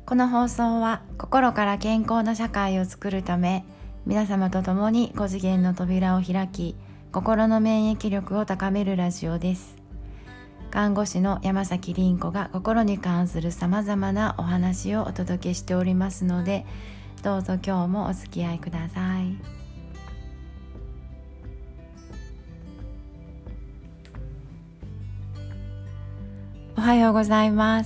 この放送は心から健康な社会を作るため、皆様と共に5次元の扉を開き、心の免疫力を高めるラジオです。看護師の山崎凛子が心に関するさまざまなお話をお届けしておりますので、どうぞ今日もお付き合いください。おはようございます。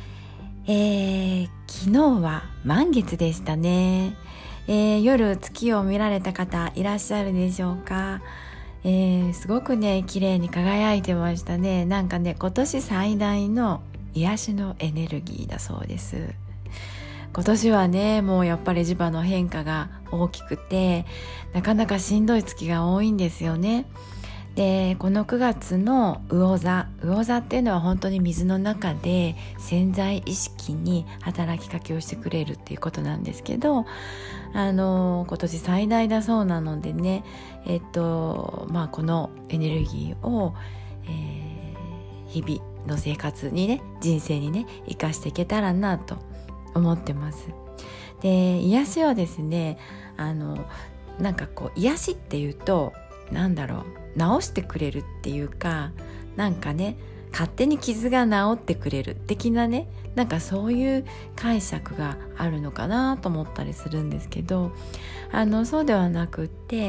昨日は満月でしたね。夜月を見られた方いらっしゃるでしょうか。すごくね綺麗に輝いてましたね。なんかね、今年最大の癒しのエネルギーだそうです。今年はね、もうやっぱり磁場の変化が大きくて、なかなかしんどい月が多いんですよね。で、この9月の魚座っていうのは本当に水の中で潜在意識に働きかけをしてくれるっていうことなんですけど、今年最大だそうなのでね、このエネルギーを、日々の生活にね、人生にね生かしていけたらなと思ってます。で、癒しはですね、なんかこう癒しっていうと治してくれるっていうか、なんかね、勝手に傷が治ってくれる的なね、なんかそういう解釈があるのかなと思ったりするんですけど、そうではなくって、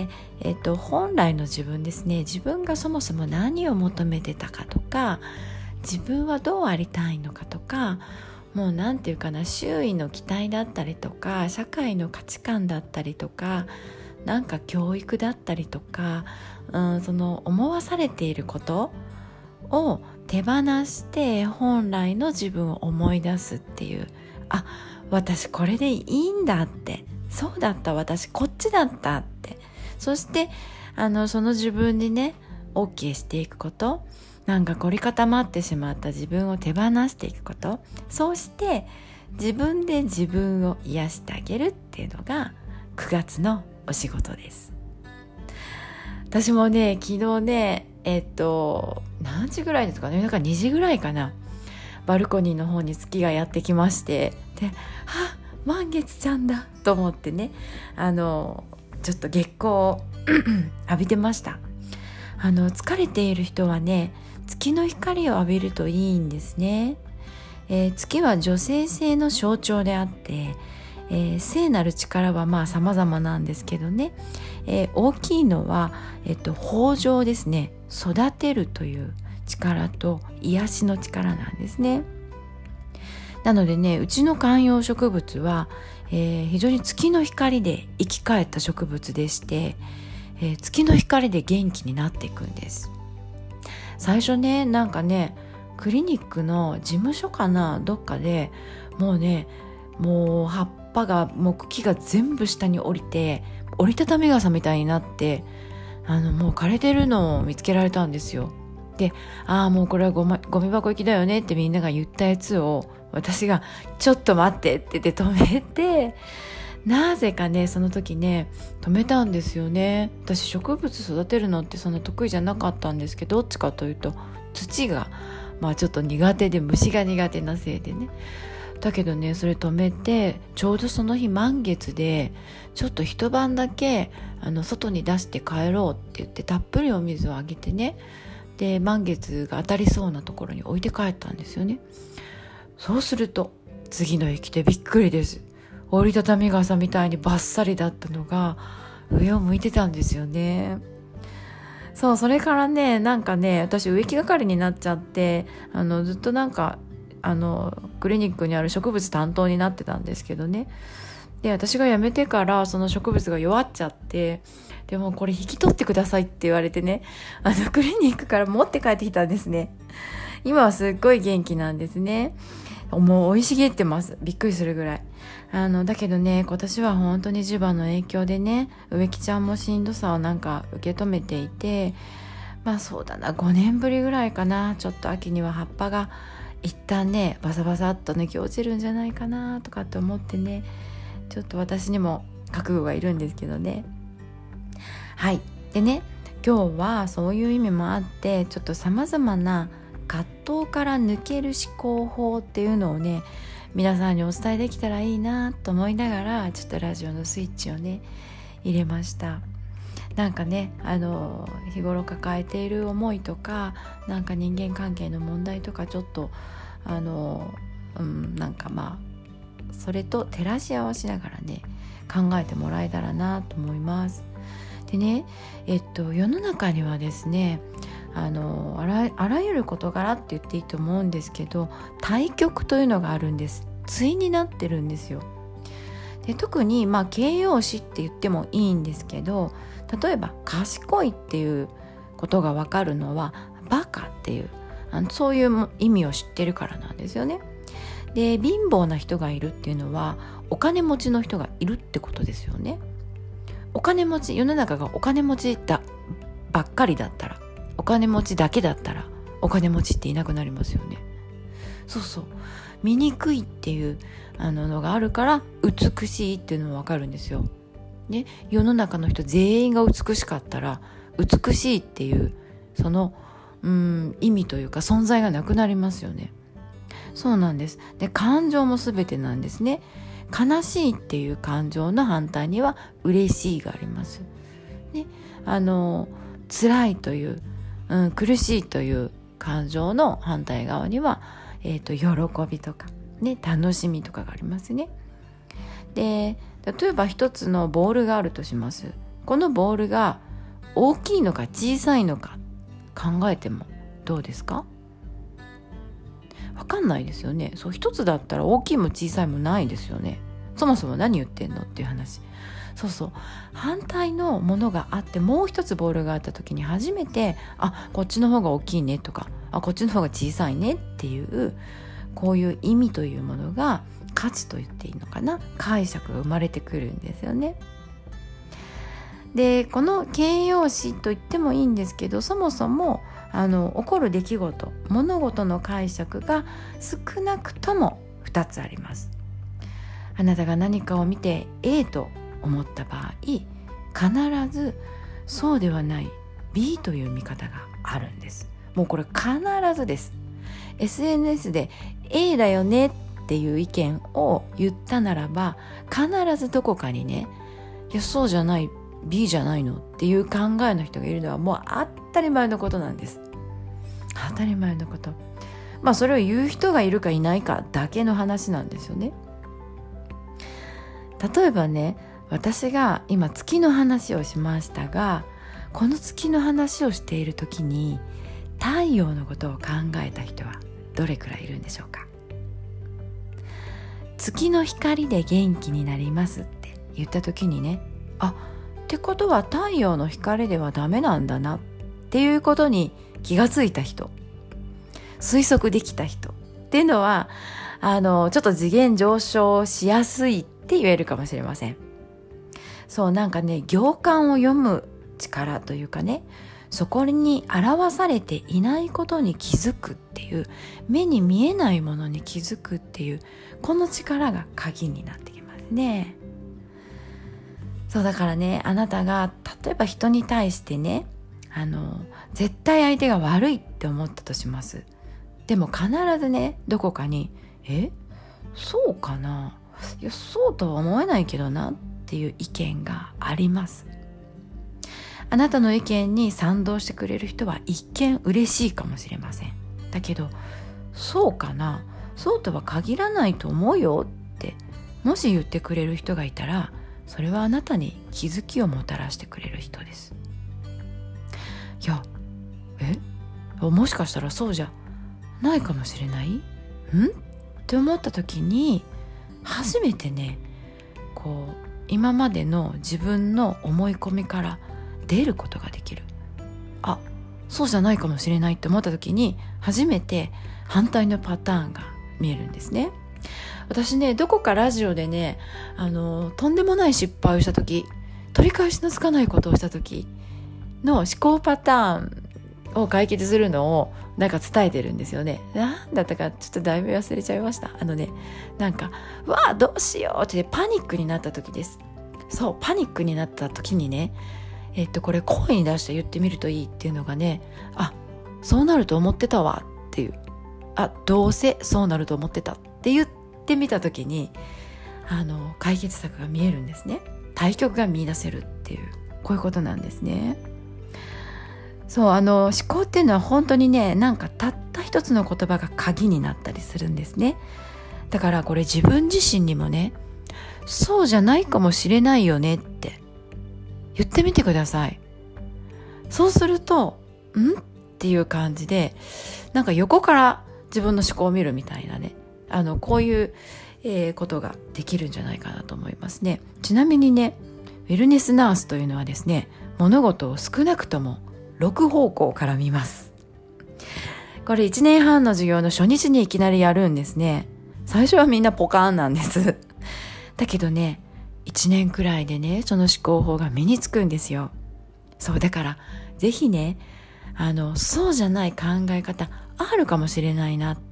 本来の自分ですね。自分がそもそも何を求めてたかとか、自分はどうありたいのかとか、もうなんていうかな、周囲の期待だったりとか、社会の価値観だったりとか、なんか教育だったりとか、その思わされていることを手放して本来の自分を思い出すっていう、私これでいいんだって、そうだった、私こっちだったって、そしてその自分にね OK していくこと、なんか凝り固まってしまった自分を手放していくこと、そうして自分で自分を癒してあげるっていうのが9月のお仕事です。私もね、昨日ね、何時ぐらいですかね、なんか2時ぐらいかな、バルコニーの方に月がやってきまして、で、満月ちゃんだと思ってね、ちょっと月光を浴びてました。疲れている人はね、月の光を浴びるといいんですね。月は女性性の象徴であって、聖なる力は様々なんですけどね、大きいのは、豊穣ですね。育てるという力と癒しの力なんですね。なのでね、うちの観葉植物は、非常に月の光で生き返った植物でして、月の光で元気になっていくんです。最初ね、なんかね、クリニックの事務所かな、どっかでもう葉っぱが、もう茎が全部下に降りて、折りたたみ傘みたいになって、もう枯れてるのを見つけられたんですよ。で、もうこれはゴミ箱行きだよねってみんなが言ったやつを、私がちょっと待ってって言って止めて、なぜかね、その時ね止めたんですよね。私植物育てるのってそんな得意じゃなかったんですけど、どっちかというと土がちょっと苦手で、虫が苦手なせいでね。だけどね、それ止めて、ちょうどその日満月で、ちょっと一晩だけ外に出して帰ろうって言って、たっぷりお水をあげてね、で満月が当たりそうなところに置いて帰ったんですよね。そうすると次の日来てびっくりです。折りたたみ傘みたいにバッサリだったのが上を向いてたんですよね。そう、それからね、なんかね、私植木係になっちゃって、ずっとなんかクリニックにある植物担当になってたんですけどね。で、私が辞めてからその植物が弱っちゃって、でもこれ引き取ってくださいって言われてね、クリニックから持って帰ってきたんですね。今はすっごい元気なんですね。もう生い茂ってます。びっくりするぐらい。だけどね、今年は本当に磁場の影響でね、植木ちゃんもしんどさをなんか受け止めていて、そうだな、5年ぶりぐらいかな、ちょっと秋には葉っぱが一旦ねバサバサっと抜け落ちるんじゃないかなとかって思ってね、ちょっと私にも覚悟がいるんですけどね。はい。でね、今日はそういう意味もあって、ちょっと様々な葛藤から抜ける思考法っていうのをね皆さんにお伝えできたらいいなと思いながら、ちょっとラジオのスイッチをね入れました。なんかね、日頃抱えている思いとか、なんか人間関係の問題とか、ちょっとなんかそれと照らし合わせながらね考えてもらえたらなと思います。でね、世の中にはですね、あらゆる事柄って言っていいと思うんですけど、対極というのがあるんです。対になってるんですよ。で、特に形容詞って言ってもいいんですけど、例えば賢いっていうことが分かるのはバカっていうそういう意味を知ってるからなんですよね。で、貧乏な人がいるっていうのはお金持ちの人がいるってことですよね。お金持ち、世の中がお金持ちばっかりだったら、お金持ちだけだったらお金持ちっていなくなりますよね。そうそう、醜いっていうのがあるから美しいっていうのもわかるんですよ、ね、世の中の人全員が美しかったら美しいっていうその意味というか存在がなくなりますよね。そうなんです。で、感情も全てなんですね。悲しいっていう感情の反対には嬉しいがあります、ね、辛いという、苦しいという感情の反対側には、喜びとか、ね、楽しみとかがありますね。で、例えば一つのボールがあるとします。このボールが大きいのか小さいのか考えてもどうですか？分かんないですよね。そう、一つだったら大きいも小さいもないですよね。そもそも何言ってんのっていう話。そうそう、反対のものがあってもう一つボールがあった時に初めてこっちの方が大きいねとかこっちの方が小さいねっていうこういう意味というものが価値と言っていいのかな、解釈が生まれてくるんですよね。で、この形容詞と言ってもいいんですけど、そもそも起こる出来事、物事の解釈が少なくとも2つあります。あなたが何かを見て A と思った場合、必ずそうではない B という見方があるんです。もうこれ必ずです。 SNS で A だよねっていう意見を言ったならば、必ずどこかにね、いやそうじゃない、 B じゃないのっていう考えの人がいるのはもう当たり前のことなんです。当たり前のこと。それを言う人がいるかいないかだけの話なんですよね。例えばね、私が今月の話をしましたが、この月の話をしている時に太陽のことを考えた人はどれくらいいるんでしょうか？月の光で元気になりますって言った時にね、ってことは太陽の光ではダメなんだなっていうことに気がついた人、推測できた人っていうのはちょっと次元上昇しやすいって言えるかもしれません。そう、なんかね、行間を読む力というかね、そこに表されていないことに気づくっていう、目に見えないものに気づくっていう、この力が鍵になってきますね。そうだからね、あなたが例えば人に対してね、絶対相手が悪いって思ったとします。でも必ずね、どこかにそうかな、いやそうとは思えないけどなっていう意見があります。あなたの意見に賛同してくれる人は一見嬉しいかもしれません。だけどそうかな、そうとは限らないと思うよってもし言ってくれる人がいたら、それはあなたに気づきをもたらしてくれる人です。いや、もしかしたらそうじゃないかもしれない?って思った時に初めてね、こう今までの自分の思い込みから出ることができる。そうじゃないかもしれないって思った時に初めて反対のパターンが見えるんですね。私ね、どこかラジオでね、とんでもない失敗をした時、取り返しのつかないことをした時の思考パターンを解決するのをなんか伝えてるんですよね。なんだったかちょっとだいぶ忘れちゃいました。なんかうわどうしようってパニックになった時です。そう、パニックになった時にね、これ声に出して言ってみるといいっていうのがね、そうなると思ってたわっていう、どうせそうなると思ってたって言ってってみた時に解決策が見えるんですね。対極が見出せるっていう、こういうことなんですね。そう、思考っていうのは本当にね、なんかたった一つの言葉が鍵になったりするんですね。だからこれ自分自身にもね、そうじゃないかもしれないよねって言ってみてください。そうするとっていう感じで、なんか横から自分の思考を見るみたいなね、こういう、ことができるんじゃないかなと思いますね。ちなみにね、ウェルネスナースというのはですね、物事を少なくとも6方向から見ます。これ1年半の授業の初日にいきなりやるんですね。最初はみんなポカーンなんですだけどね、1年くらいでね、その思考法が身につくんですよ。そうだからぜひね、そうじゃない考え方あるかもしれないなって。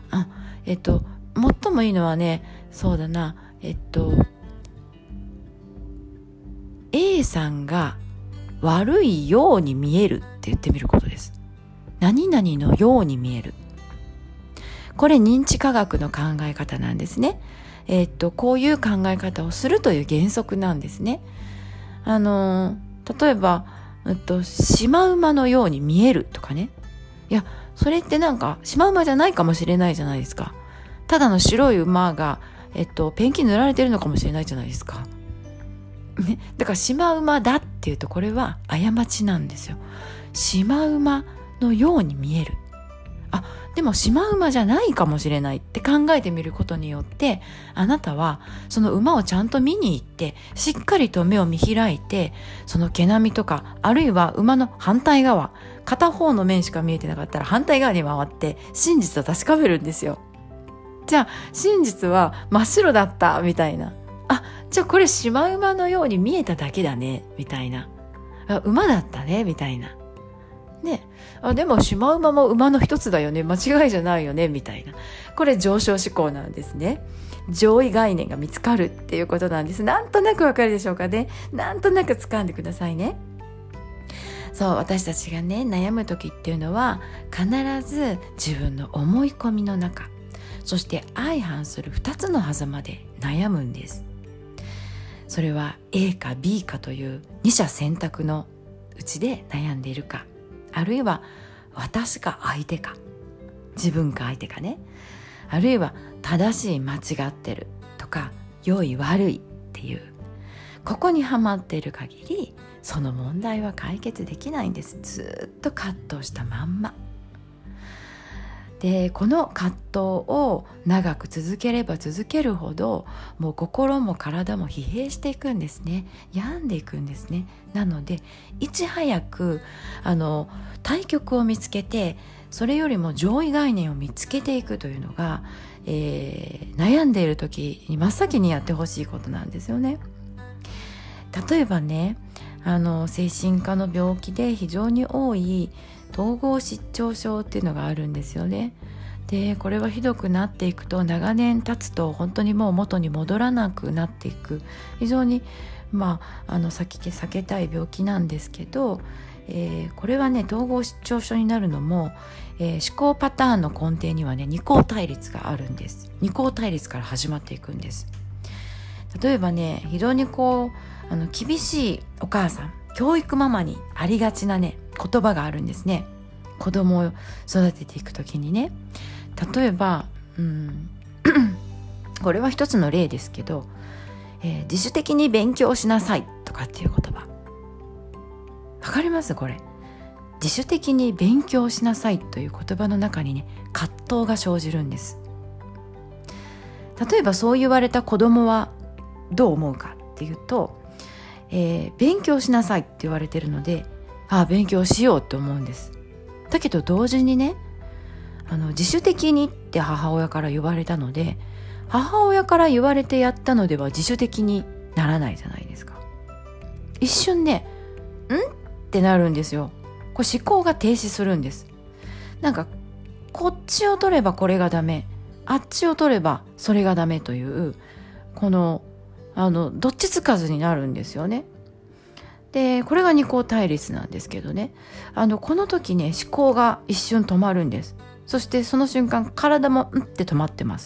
最もいいのはね、そうだな、A さんが悪いように見えるって言ってみることです。何々のように見える。これ認知科学の考え方なんですね。こういう考え方をするという原則なんですね。例えば、シマウマのように見えるとかね。いや、それってなんかシマウマじゃないかもしれないじゃないですか。ただの白い馬が、ペンキ塗られてるのかもしれないじゃないですか。ね、だからシマウマだっていうと、これは過ちなんですよ。シマウマのように見える。でもシマウマじゃないかもしれないって考えてみることによって、あなたはその馬をちゃんと見に行って、しっかりと目を見開いて、その毛並みとか、あるいは馬の反対側、片方の面しか見えてなかったら反対側に回って真実を確かめるんですよ。じゃあ真実は真っ白だったみたいな、じゃあこれシマウマのように見えただけだねみたいな、馬だったねみたいなね、でもシマウマも馬の一つだよね、間違いじゃないよねみたいな、これ上昇志向なんですね。上位概念が見つかるっていうことなんです。なんとなくわかるでしょうかね。なんとなく掴んでくださいね。そう、私たちがね、悩む時っていうのは必ず自分の思い込みの中、そして相反する2つの狭間で悩むんです。それは A か B かという二者選択のうちで悩んでいるか、あるいは私か相手か、自分か相手かね、あるいは正しい間違ってるとか良い悪いっていう、ここにはまっている限りその問題は解決できないんです。ずっと葛藤したまんまで、この葛藤を長く続ければ続けるほど、もう心も体も疲弊していくんですね。病んでいくんですね。なのでいち早く対極を見つけて、それよりも上位概念を見つけていくというのが、悩んでいる時に真っ先にやってほしいことなんですよね。例えばね、精神科の病気で非常に多い統合失調症っていうのがあるんですよね。で、これはひどくなっていくと、長年経つと本当にもう元に戻らなくなっていく、非常に避けたい病気なんですけど、これはね、統合失調症になるのも、思考パターンの根底にはね、二項対立があるんです。二項対立から始まっていくんです。例えばね、非常に厳しいお母さん、教育ママにありがちなね、言葉があるんですね。子供を育てていくときにね、例えば、これは一つの例ですけど、自主的に勉強しなさいとかっていう言葉、わかります？これ自主的に勉強しなさいという言葉の中にね、葛藤が生じるんです。例えばそう言われた子供はどう思うかっていうと、勉強しなさいって言われてるので、勉強しようって思うんです。だけど同時にね、自主的にって母親から言われたので、母親から言われてやったのでは自主的にならないじゃないですか。一瞬ね、ってなるんですよ。これ思考が停止するんです。なんかこっちを取ればこれがダメ、あっちを取ればそれがダメという、このどっちつかずになるんですよね。で、これが二項対立なんですけどね、この時ね、思考が一瞬止まるんです。そしてその瞬間、体もって止まってます。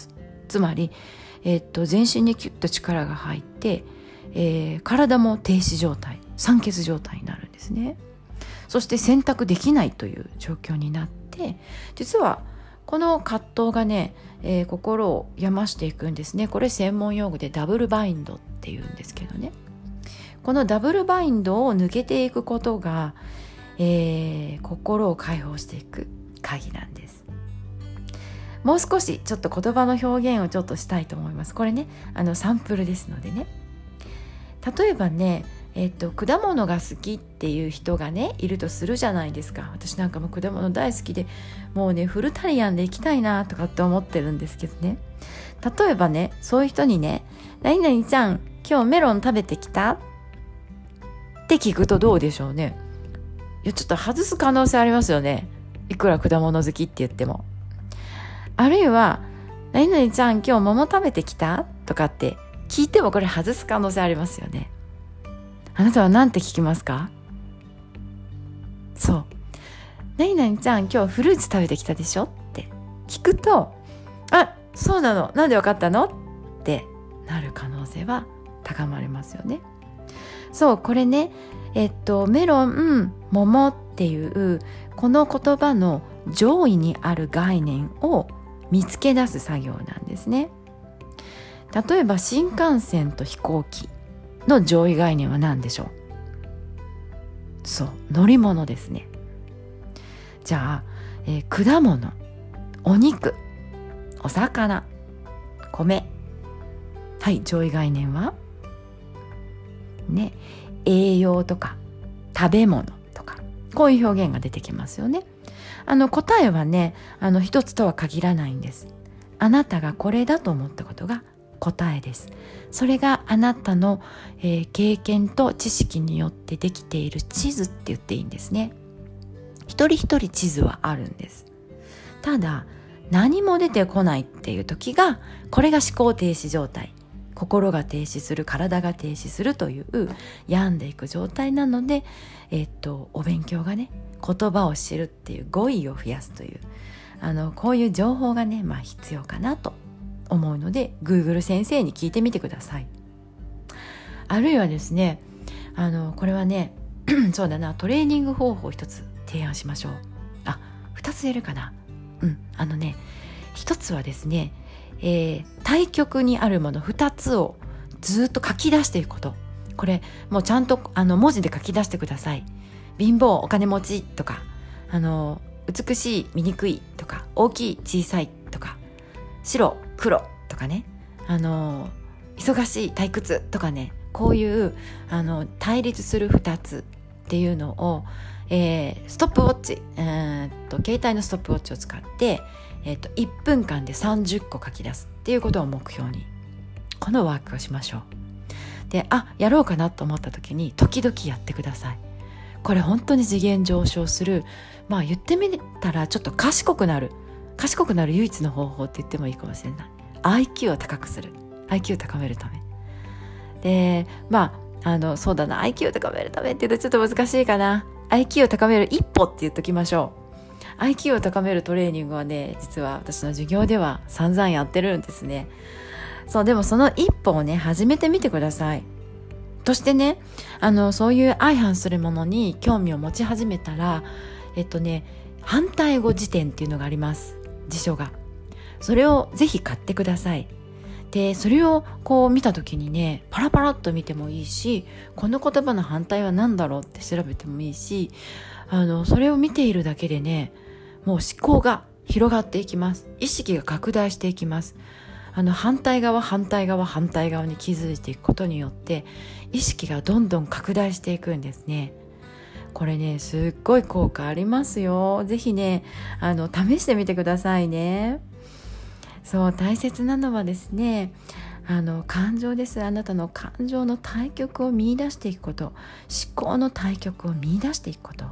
つまり、全身にキュッと力が入って、体も停止状態、酸欠状態になるんですね。そして選択できないという状況になって、実はこの葛藤がね、心を病ましていくんですね。これ専門用語でダブルバインドっていうんですけどね、このダブルバインドを抜けていくことが、心を解放していく鍵なんです。もう少しちょっと言葉の表現をちょっとしたいと思います。これね、サンプルですのでね。例えばね、果物が好きっていう人がねいるとするじゃないですか。私なんかも果物大好きで、もうねフルタリアンで行きたいなとかって思ってるんですけどね。例えばね、そういう人にね、何々ちゃん今日メロン食べてきたって聞くとどうでしょうね。いや、ちょっと外す可能性ありますよね。いくら果物好きって言っても。あるいは何々ちゃん今日桃食べてきたとかって聞いても、これ外す可能性ありますよね。あなたは何て聞きますか？そう、何々ちゃん今日フルーツ食べてきたでしょって聞くと、あ、そうなの、なんでわかったのってなる可能性は高まりますよね。そう、これね、メロン、桃っていうこの言葉の上位にある概念を見つけ出す作業なんですね。例えば新幹線と飛行機の上位概念は何でしょう？そう、乗り物ですね。じゃあ、果物、お肉、お魚、米。はい、上位概念はね、栄養とか食べ物とか、こういう表現が出てきますよね。答えはね、一つとは限らないんです。あなたがこれだと思ったことが答えです。それがあなたの、経験と知識によってできている地図って言っていいんですね。一人一人地図はあるんです。ただ何も出てこないっていう時が、これが思考停止状態、心が停止する、体が停止するという病んでいく状態なので、お勉強がね、言葉を知るっていう語彙を増やすという、こういう情報がね、必要かなと思うので、 Google 先生に聞いてみてください。あるいはですね、これはねそうだな、トレーニング方法を一つ提案しましょう。二つ言えるかな。一つはですね、対極にあるもの2つをずっと書き出していくこと。これもうちゃんと文字で書き出してください。貧乏、お金持ちとか、美しい、醜いとか、大きい、小さいとか、白、黒とかね、忙しい、退屈とかね、こういう対立する2つっていうのを、ストップウォッチ、携帯のストップウォッチを使って、1分間で30個書き出すっていうことを目標に、このワークをしましょう。で、やろうかなと思った時に時々やってください。これ本当に次元上昇する、言ってみたらちょっと賢くなる唯一の方法って言ってもいいかもしれない。 IQ を高くする、 IQ を高めるためで、そうだな、 IQ を高めるためって言うとちょっと難しいかな。 IQ を高める一歩って言っときましょう。 IQ を高めるトレーニングはね、実は私の授業では散々やってるんですね。そう、でもその一歩をね、始めてみてください。そしてね、そういう相反するものに興味を持ち始めたら、反対語辞典っていうのがあります。辞書が。それをぜひ買ってください。で、それをこう見た時にね、パラパラっと見てもいいし、この言葉の反対は何だろうって調べてもいいし、それを見ているだけでね、もう思考が広がっていきます。意識が拡大していきます。反対側に気づいていくことによって意識がどんどん拡大していくんですね。これね、すっごい効果ありますよ。ぜひね、試してみてくださいね。そう、大切なのはですね、感情です。あなたの感情の対極を見出していくこと、思考の対極を見出していくこと。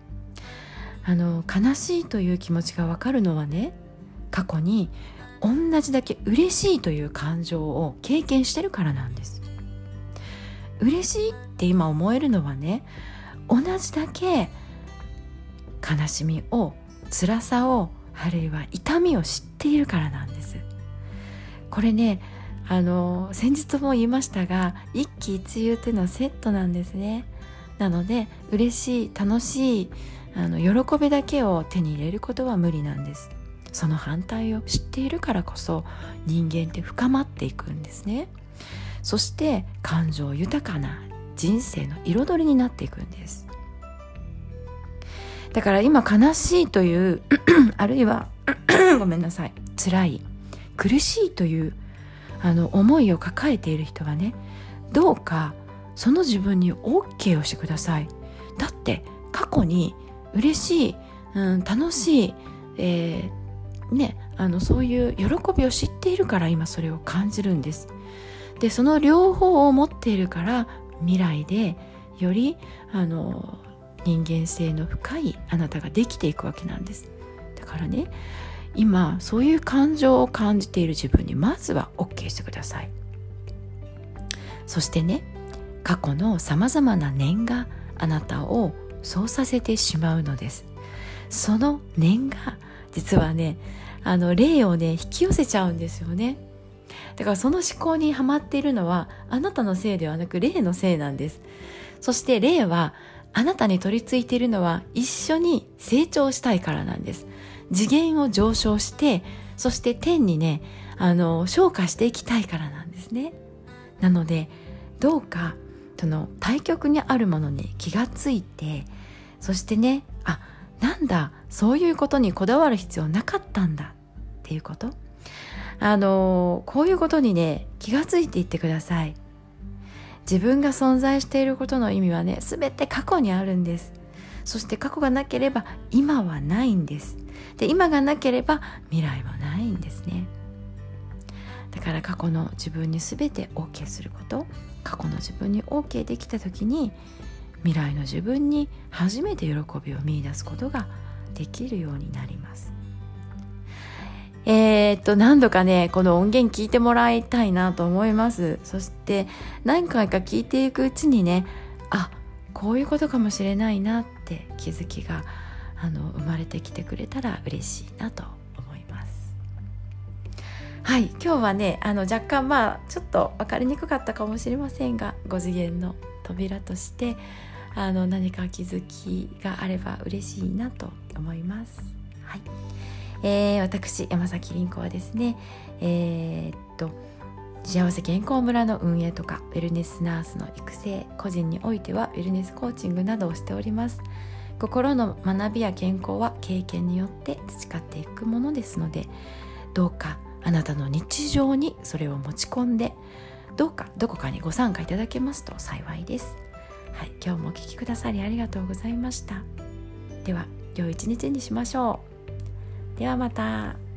悲しいという気持ちが分かるのはね、過去に同じだけ嬉しいという感情を経験してるからなんです。嬉しいって今思えるのはね、同じだけ悲しみを、辛さを、あるいは痛みを知っているからなんです。 これね先日も言いましたが、一喜一憂というのはセットなんですね。なので嬉しい、楽しい喜びだけを手に入れることは無理なんです。その反対を知っているからこそ人間って深まっていくんですね。そして感情豊かな人生の彩りになっていくんです。だから今悲しいというあるいはごめんなさい、辛い、苦しいという思いを抱えている人はね、どうかその自分に OK をしてください。だって過去に嬉しい、楽しい、そういう喜びを知っているから今それを感じるんです。でその両方を持っているから未来でより人間性の深いあなたができていくわけなんです。だからね、今そういう感情を感じている自分にまずは OK してください。そしてね、過去のさまざまな念があなたをそうさせてしまうのです。その念が実はね霊をね引き寄せちゃうんですよね。だからその思考にはまっているのはあなたのせいではなく霊のせいなんです。そして霊はあなたに取り付いているのは一緒に成長したいからなんです。次元を上昇して、そして天にね昇華していきたいからなんですね。なのでどうかその対極にあるものに気がついて、そしてね、なんだそういうことにこだわる必要なかったんだっていうこと、こういうことにね気がついていってください。自分が存在していることの意味はね全て過去にあるんです。そして過去がなければ今はないんです。で今がなければ未来はないんですね。だから過去の自分に全て OK すること、過去の自分に OK できた時に未来の自分に初めて喜びを見出すことができるようになります。何度かねこの音源聞いてもらいたいなと思います。そして何回か聞いていくうちにね、こういうことかもしれないなって気づきが生まれてきてくれたら嬉しいなと思います。はい、今日はね若干ちょっと分かりにくかったかもしれませんが、5次元の扉として何か気づきがあれば嬉しいなと思います。はい、私山崎凛子はですね、幸せ健康村の運営とかウェルネスナースの育成、個人においてはウェルネスコーチングなどをしております。心の学びや健康は経験によって培っていくものですので、どうかあなたの日常にそれを持ち込んで、どうかどこかにご参加いただけますと幸いです。はい、今日もお聞きくださりありがとうございました。では良い一日にしましょう。ではまた。